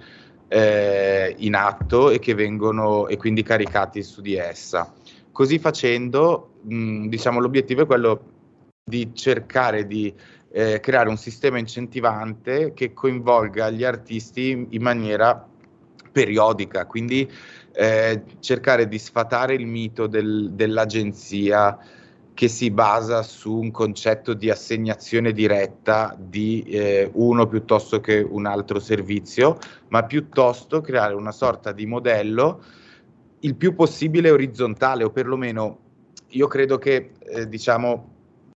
eh, in atto e che vengono e quindi caricati su di essa. Così facendo, mh, diciamo, l'obiettivo è quello di cercare di eh, creare un sistema incentivante che coinvolga gli artisti in maniera periodica, quindi Eh, cercare di sfatare il mito del, dell'agenzia che si basa su un concetto di assegnazione diretta di eh, uno piuttosto che un altro servizio, ma piuttosto creare una sorta di modello il più possibile orizzontale, o perlomeno io credo che eh, diciamo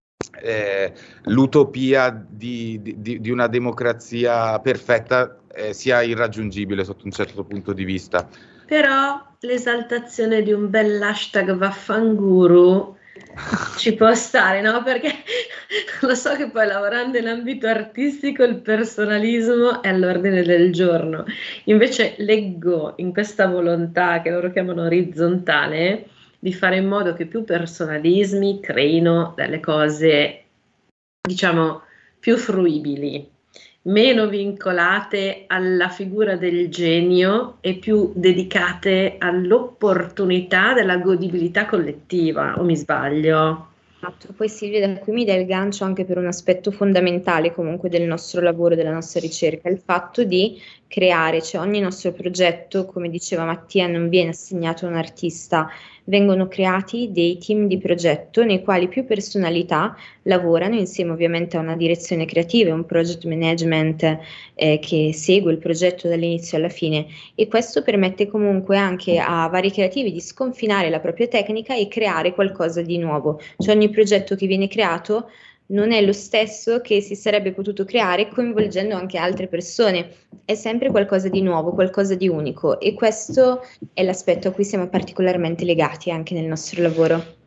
eh, l'utopia di, di, di una democrazia perfetta eh, sia irraggiungibile sotto un certo punto di vista. Però l'esaltazione di un bel hashtag Vaffanguru ci può stare, no? Perché lo so che poi lavorando in ambito artistico il personalismo è all'ordine del giorno. Invece leggo in questa volontà che loro chiamano orizzontale di fare in modo che più personalismi creino delle cose, diciamo, più fruibili, meno vincolate alla figura del genio e più dedicate all'opportunità della godibilità collettiva, o mi sbaglio? Poi Silvia, da qui mi dà il gancio anche per un aspetto fondamentale comunque del nostro lavoro, della nostra ricerca, il fatto di creare, cioè ogni nostro progetto, come diceva Mattia, non viene assegnato a un artista, vengono creati dei team di progetto nei quali più personalità lavorano insieme ovviamente a una direzione creativa, un project management eh, che segue il progetto dall'inizio alla fine, e questo permette comunque anche a vari creativi di sconfinare la propria tecnica e creare qualcosa di nuovo, cioè ogni progetto che viene creato non è lo stesso che si sarebbe potuto creare coinvolgendo anche altre persone, è sempre qualcosa di nuovo, qualcosa di unico, e questo è l'aspetto a cui siamo particolarmente legati anche nel nostro lavoro.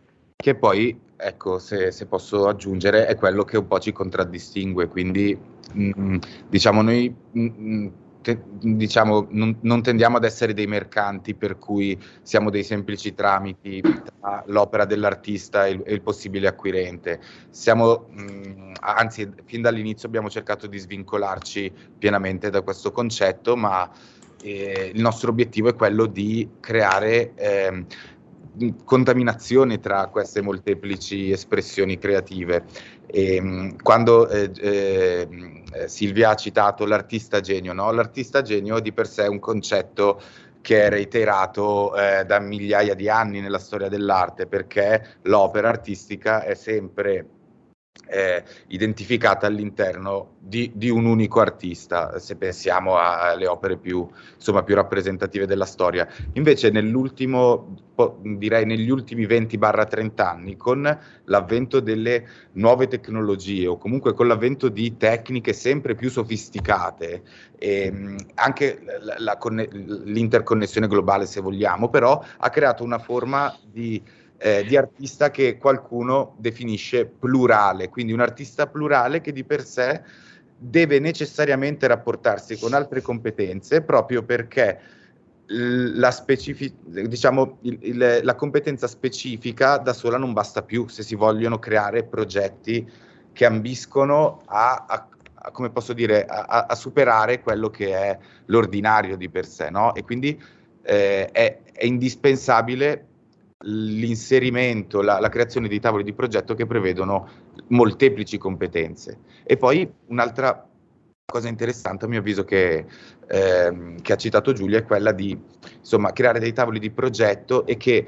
che poi, ecco, se, se posso aggiungere, è quello che un po' ci contraddistingue, quindi mh, diciamo noi mh, te, diciamo non, non tendiamo ad essere dei mercanti per cui siamo dei semplici tramiti tra l'opera dell'artista e il, e il possibile acquirente. Siamo, mh, anzi, fin dall'inizio abbiamo cercato di svincolarci pienamente da questo concetto, ma eh, il nostro obiettivo è quello di creare eh, contaminazione tra queste molteplici espressioni creative. E, quando eh, eh, Silvia ha citato l'artista genio, no? L'artista genio di per sé è un concetto che è reiterato eh, da migliaia di anni nella storia dell'arte, perché l'opera artistica è sempre Eh, identificata all'interno di, di un unico artista, se pensiamo alle opere più, insomma, più rappresentative della storia. Invece nell'ultimo, direi negli ultimi venti trenta anni, con l'avvento delle nuove tecnologie o comunque con l'avvento di tecniche sempre più sofisticate e anche la, la, l'interconnessione globale, se vogliamo, però ha creato una forma di Eh, di artista che qualcuno definisce plurale, quindi un artista plurale che di per sé deve necessariamente rapportarsi con altre competenze, proprio perché la, specific- diciamo, il, il, la competenza specifica da sola non basta più se si vogliono creare progetti che ambiscono a, a, a come posso dire, a, a superare quello che è l'ordinario di per sé, no? E quindi eh, è, è indispensabile l'inserimento, la, la creazione di tavoli di progetto che prevedono molteplici competenze. E poi un'altra cosa interessante, a mio avviso, che, ehm, che ha citato Giulia, è quella di, insomma, creare dei tavoli di progetto e che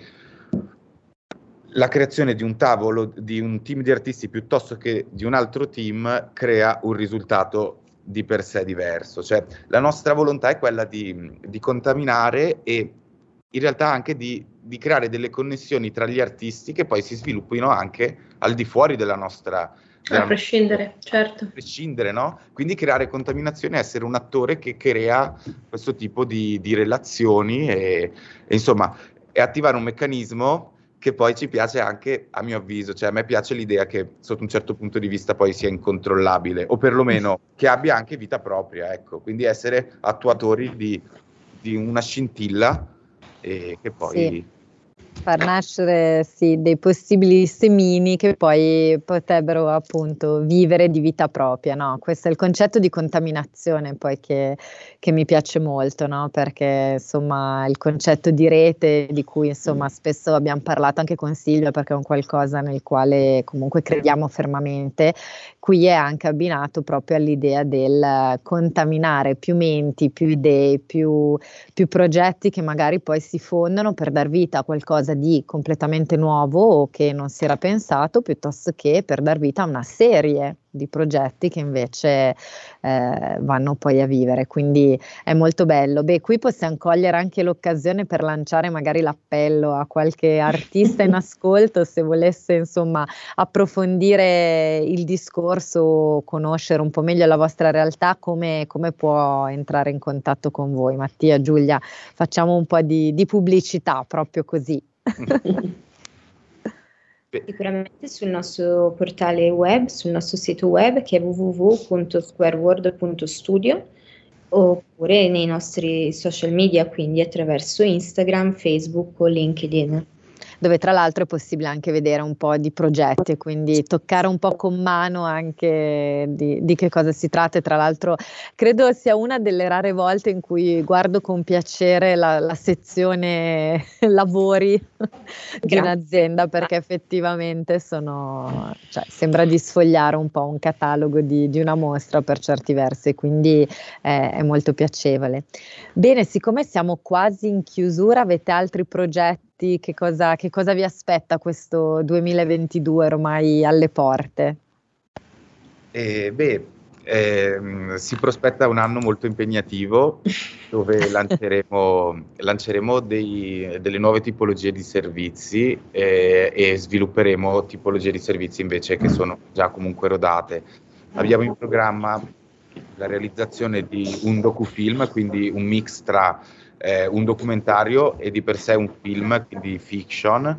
la creazione di un tavolo, di un team di artisti piuttosto che di un altro team, crea un risultato di per sé diverso. Cioè, la nostra volontà è quella di, di contaminare e in realtà anche di, di creare delle connessioni tra gli artisti che poi si sviluppino anche al di fuori della nostra... Della a prescindere, nostra, certo. A prescindere, no? Quindi creare contaminazione, essere un attore che crea questo tipo di, di relazioni e, e insomma, e attivare un meccanismo che poi ci piace anche, a mio avviso, cioè a me piace l'idea che sotto un certo punto di vista poi sia incontrollabile, o perlomeno che abbia anche vita propria, ecco. Quindi essere attuatori di, di una scintilla e che poi sì, far nascere sì, dei possibili semini che poi potrebbero appunto vivere di vita propria, no? Questo è il concetto di contaminazione poi che, che mi piace molto, no? Perché insomma il concetto di rete di cui insomma spesso abbiamo parlato anche con Silvia, perché è un qualcosa nel quale comunque crediamo fermamente, qui è anche abbinato proprio all'idea del contaminare più menti, più idee, più, più progetti che magari poi si fondono per dar vita a qualcosa di completamente nuovo o che non si era pensato, piuttosto che per dar vita a una serie di progetti che invece eh, vanno poi a vivere, quindi è molto bello. Beh, qui possiamo cogliere anche l'occasione per lanciare magari l'appello a qualche artista in ascolto, se volesse insomma approfondire il discorso, conoscere un po' meglio la vostra realtà, come, come può entrare in contatto con voi. Mattia, Giulia, facciamo un po' di, di pubblicità proprio così. Sicuramente sul nostro portale web, sul nostro sito web che è w w w punto square world punto studio, oppure nei nostri social media, quindi attraverso Instagram, Facebook o LinkedIn, dove tra l'altro è possibile anche vedere un po' di progetti, quindi toccare un po' con mano anche di, di che cosa si tratta. E tra l'altro credo sia una delle rare volte in cui guardo con piacere la, la sezione lavori di un'azienda, perché effettivamente sono, cioè, sembra di sfogliare un po' un catalogo di, di una mostra per certi versi, quindi è, è molto piacevole. Bene, siccome siamo quasi in chiusura, avete altri progetti? Che cosa, che cosa vi aspetta questo duemilaventidue ormai alle porte? Eh, beh, ehm, si prospetta un anno molto impegnativo dove lanceremo, lanceremo dei, delle nuove tipologie di servizi eh, e svilupperemo tipologie di servizi invece che sono già comunque rodate. Abbiamo in programma la realizzazione di un docufilm, quindi un mix tra Eh, un documentario e di per sé un film, quindi fiction,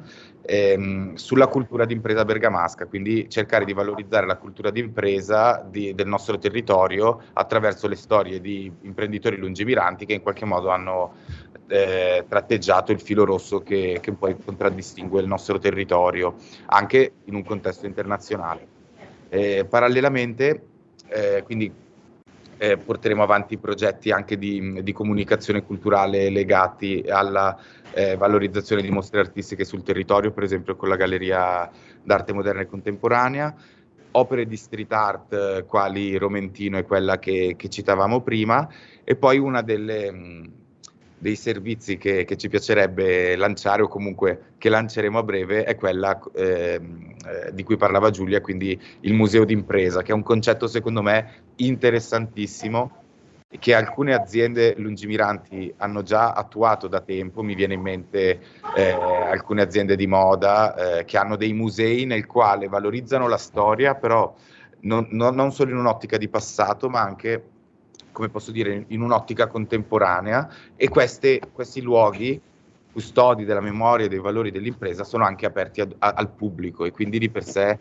ehm, sulla cultura d'impresa bergamasca, quindi cercare di valorizzare la cultura d'impresa di, del nostro territorio attraverso le storie di imprenditori lungimiranti che in qualche modo hanno eh, tratteggiato il filo rosso che, che poi contraddistingue il nostro territorio, anche in un contesto internazionale. Eh, parallelamente, eh, quindi eh, porteremo avanti progetti anche di, di comunicazione culturale legati alla eh, valorizzazione di mostre artistiche sul territorio, per esempio con la Galleria d'Arte Moderna e Contemporanea, opere di street art eh, quali Romentino e quella che, che citavamo prima, e poi una delle... Mh, dei servizi che, che ci piacerebbe lanciare, o comunque che lanceremo a breve, è quella eh, eh, di cui parlava Giulia, quindi il museo d'impresa, che è un concetto secondo me interessantissimo, che alcune aziende lungimiranti hanno già attuato da tempo. Mi viene in mente eh, alcune aziende di moda eh, che hanno dei musei nel quale valorizzano la storia, però non, non, non solo in un'ottica di passato, ma anche, come posso dire, in un'ottica contemporanea, e queste, questi luoghi, custodi della memoria e dei valori dell'impresa, sono anche aperti a, a, al pubblico, e quindi di per sé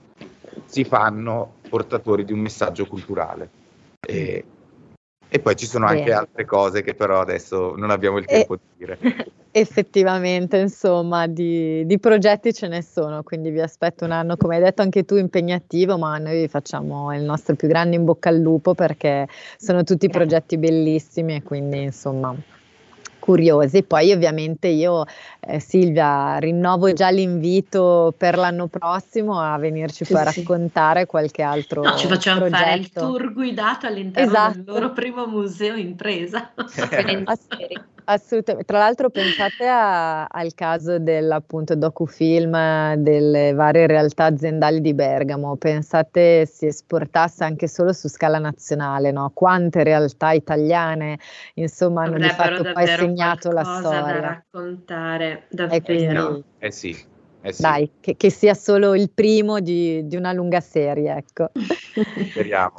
si fanno portatori di un messaggio culturale. E, e poi ci sono anche Bene. altre cose che però adesso non abbiamo il tempo e, di dire. Effettivamente, insomma, di, di progetti ce ne sono, quindi vi aspetto un anno, come hai detto anche tu, impegnativo, ma noi vi facciamo il nostro più grande in bocca al lupo, perché sono tutti progetti bellissimi e quindi insomma curiosi. Poi ovviamente io, eh, Silvia, rinnovo già l'invito per l'anno prossimo a venirci Sì, poi a sì. raccontare qualche altro No, ci facciamo progetto. fare il tour guidato all'interno Esatto. del loro primo museo impresa. Ass- assolutamente. Tra l'altro pensate a- al caso del appunto docufilm delle varie realtà aziendali di Bergamo, pensate si esportasse anche solo su scala nazionale, no? Quante realtà italiane insomma hanno di Avrebbero fatto poi davvero segnato la qualcosa da storia. raccontare, E davvero. quindi Eh sì, eh sì, dai, che, che sia solo il primo di, di una lunga serie, ecco. speriamo.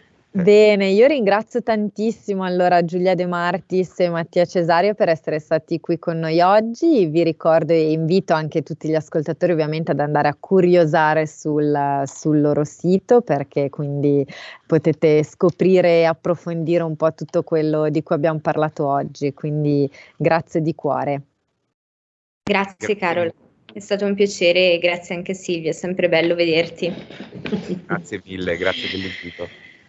Bene, io ringrazio tantissimo allora Giulia De Martis e Mattia Cesario per essere stati qui con noi oggi. Vi ricordo e invito anche tutti gli ascoltatori ovviamente ad andare a curiosare sul, sul loro sito, perché quindi potete scoprire e approfondire un po' tutto quello di cui abbiamo parlato oggi. Quindi grazie di cuore. Grazie, Grazie. Carol, è stato un piacere, e grazie anche a Silvia, è sempre bello vederti. Grazie mille, grazie dell'invito.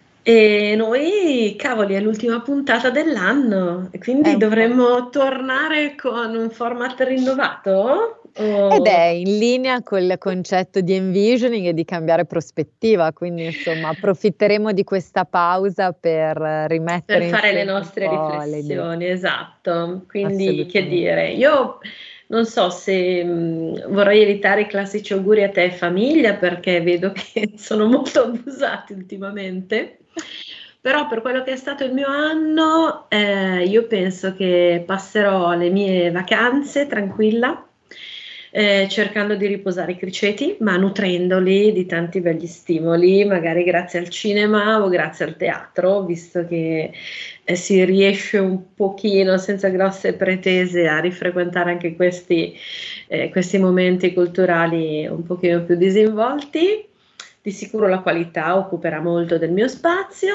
E noi, cavoli, è l'ultima puntata dell'anno, e quindi È un po'. dovremmo tornare con un format rinnovato? O- Ed è in linea col concetto di envisioning e di cambiare prospettiva, quindi insomma approfitteremo di questa pausa per rimettere per fare le insieme un nostre po' le idee. riflessioni, esatto. Quindi, che Assolutamente. dire, io non so se mh, vorrei evitare i classici auguri a te e famiglia, perché vedo che sono molto abusati ultimamente. Però per quello che è stato il mio anno, eh, io penso che passerò le mie vacanze tranquilla, eh, cercando di riposare i criceti, ma nutrendoli di tanti begli stimoli, magari grazie al cinema o grazie al teatro, visto che eh, si riesce un pochino, senza grosse pretese, a rifrequentare anche questi, eh, questi momenti culturali un pochino più disinvolti. Di sicuro la qualità occuperà molto del mio spazio,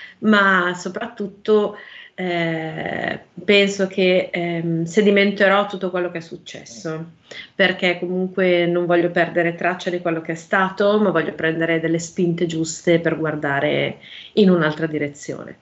ma soprattutto eh, penso che ehm, sedimenterò tutto quello che è successo, perché comunque non voglio perdere traccia di quello che è stato, ma voglio prendere delle spinte giuste per guardare in un'altra direzione.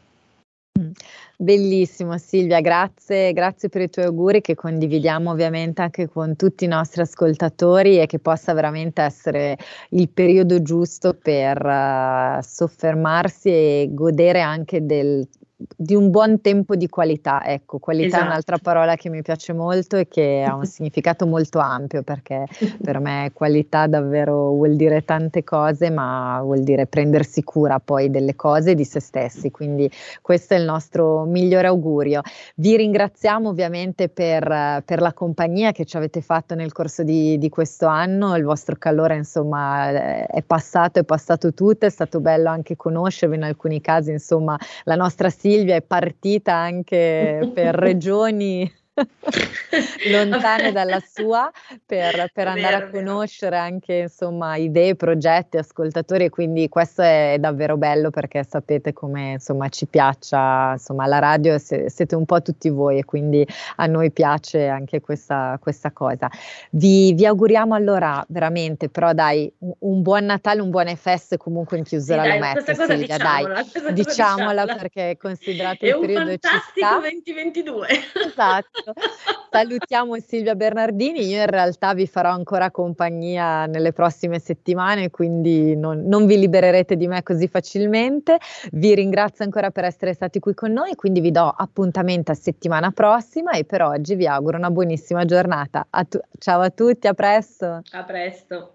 Bellissimo Silvia, grazie, grazie per i tuoi auguri che condividiamo ovviamente anche con tutti i nostri ascoltatori, e che possa veramente essere il periodo giusto per uh, soffermarsi e godere anche del, di un buon tempo di qualità. Ecco, qualità Esatto. è un'altra parola che mi piace molto e che ha un significato molto ampio, perché per me qualità davvero vuol dire tante cose, ma vuol dire prendersi cura poi delle cose e di se stessi, quindi questo è il nostro migliore augurio. Vi ringraziamo ovviamente per, per la compagnia che ci avete fatto nel corso di, di questo anno, il vostro calore insomma è passato, è passato tutto, è stato bello anche conoscervi in alcuni casi, insomma la nostra Silvia è partita anche per regioni lontane dalla sua, per, per andare vero, a conoscere anche insomma idee, progetti, ascoltatori, e quindi questo è davvero bello perché sapete come insomma ci piaccia, insomma la radio se, siete un po' tutti voi e quindi a noi piace anche questa, questa cosa. Vi, vi auguriamo allora veramente, però dai, un, un buon Natale, un buone feste comunque in chiusura, sì, dai, lo metto, questa cosa Silvia, diciamola, dai, questa cosa diciamola diciamola. perché considerato È il un periodo ci fantastico sta. duemilaventidue. Esatto. Salutiamo Silvia Bernardini, io in realtà vi farò ancora compagnia nelle prossime settimane, quindi non, non vi libererete di me così facilmente. Vi ringrazio ancora per essere stati qui con noi, quindi vi do appuntamento a settimana prossima e per oggi vi auguro una buonissima giornata. A tu- ciao a tutti, a presto. A presto.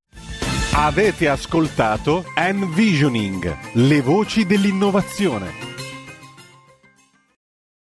Avete ascoltato Envisioning, le voci dell'innovazione.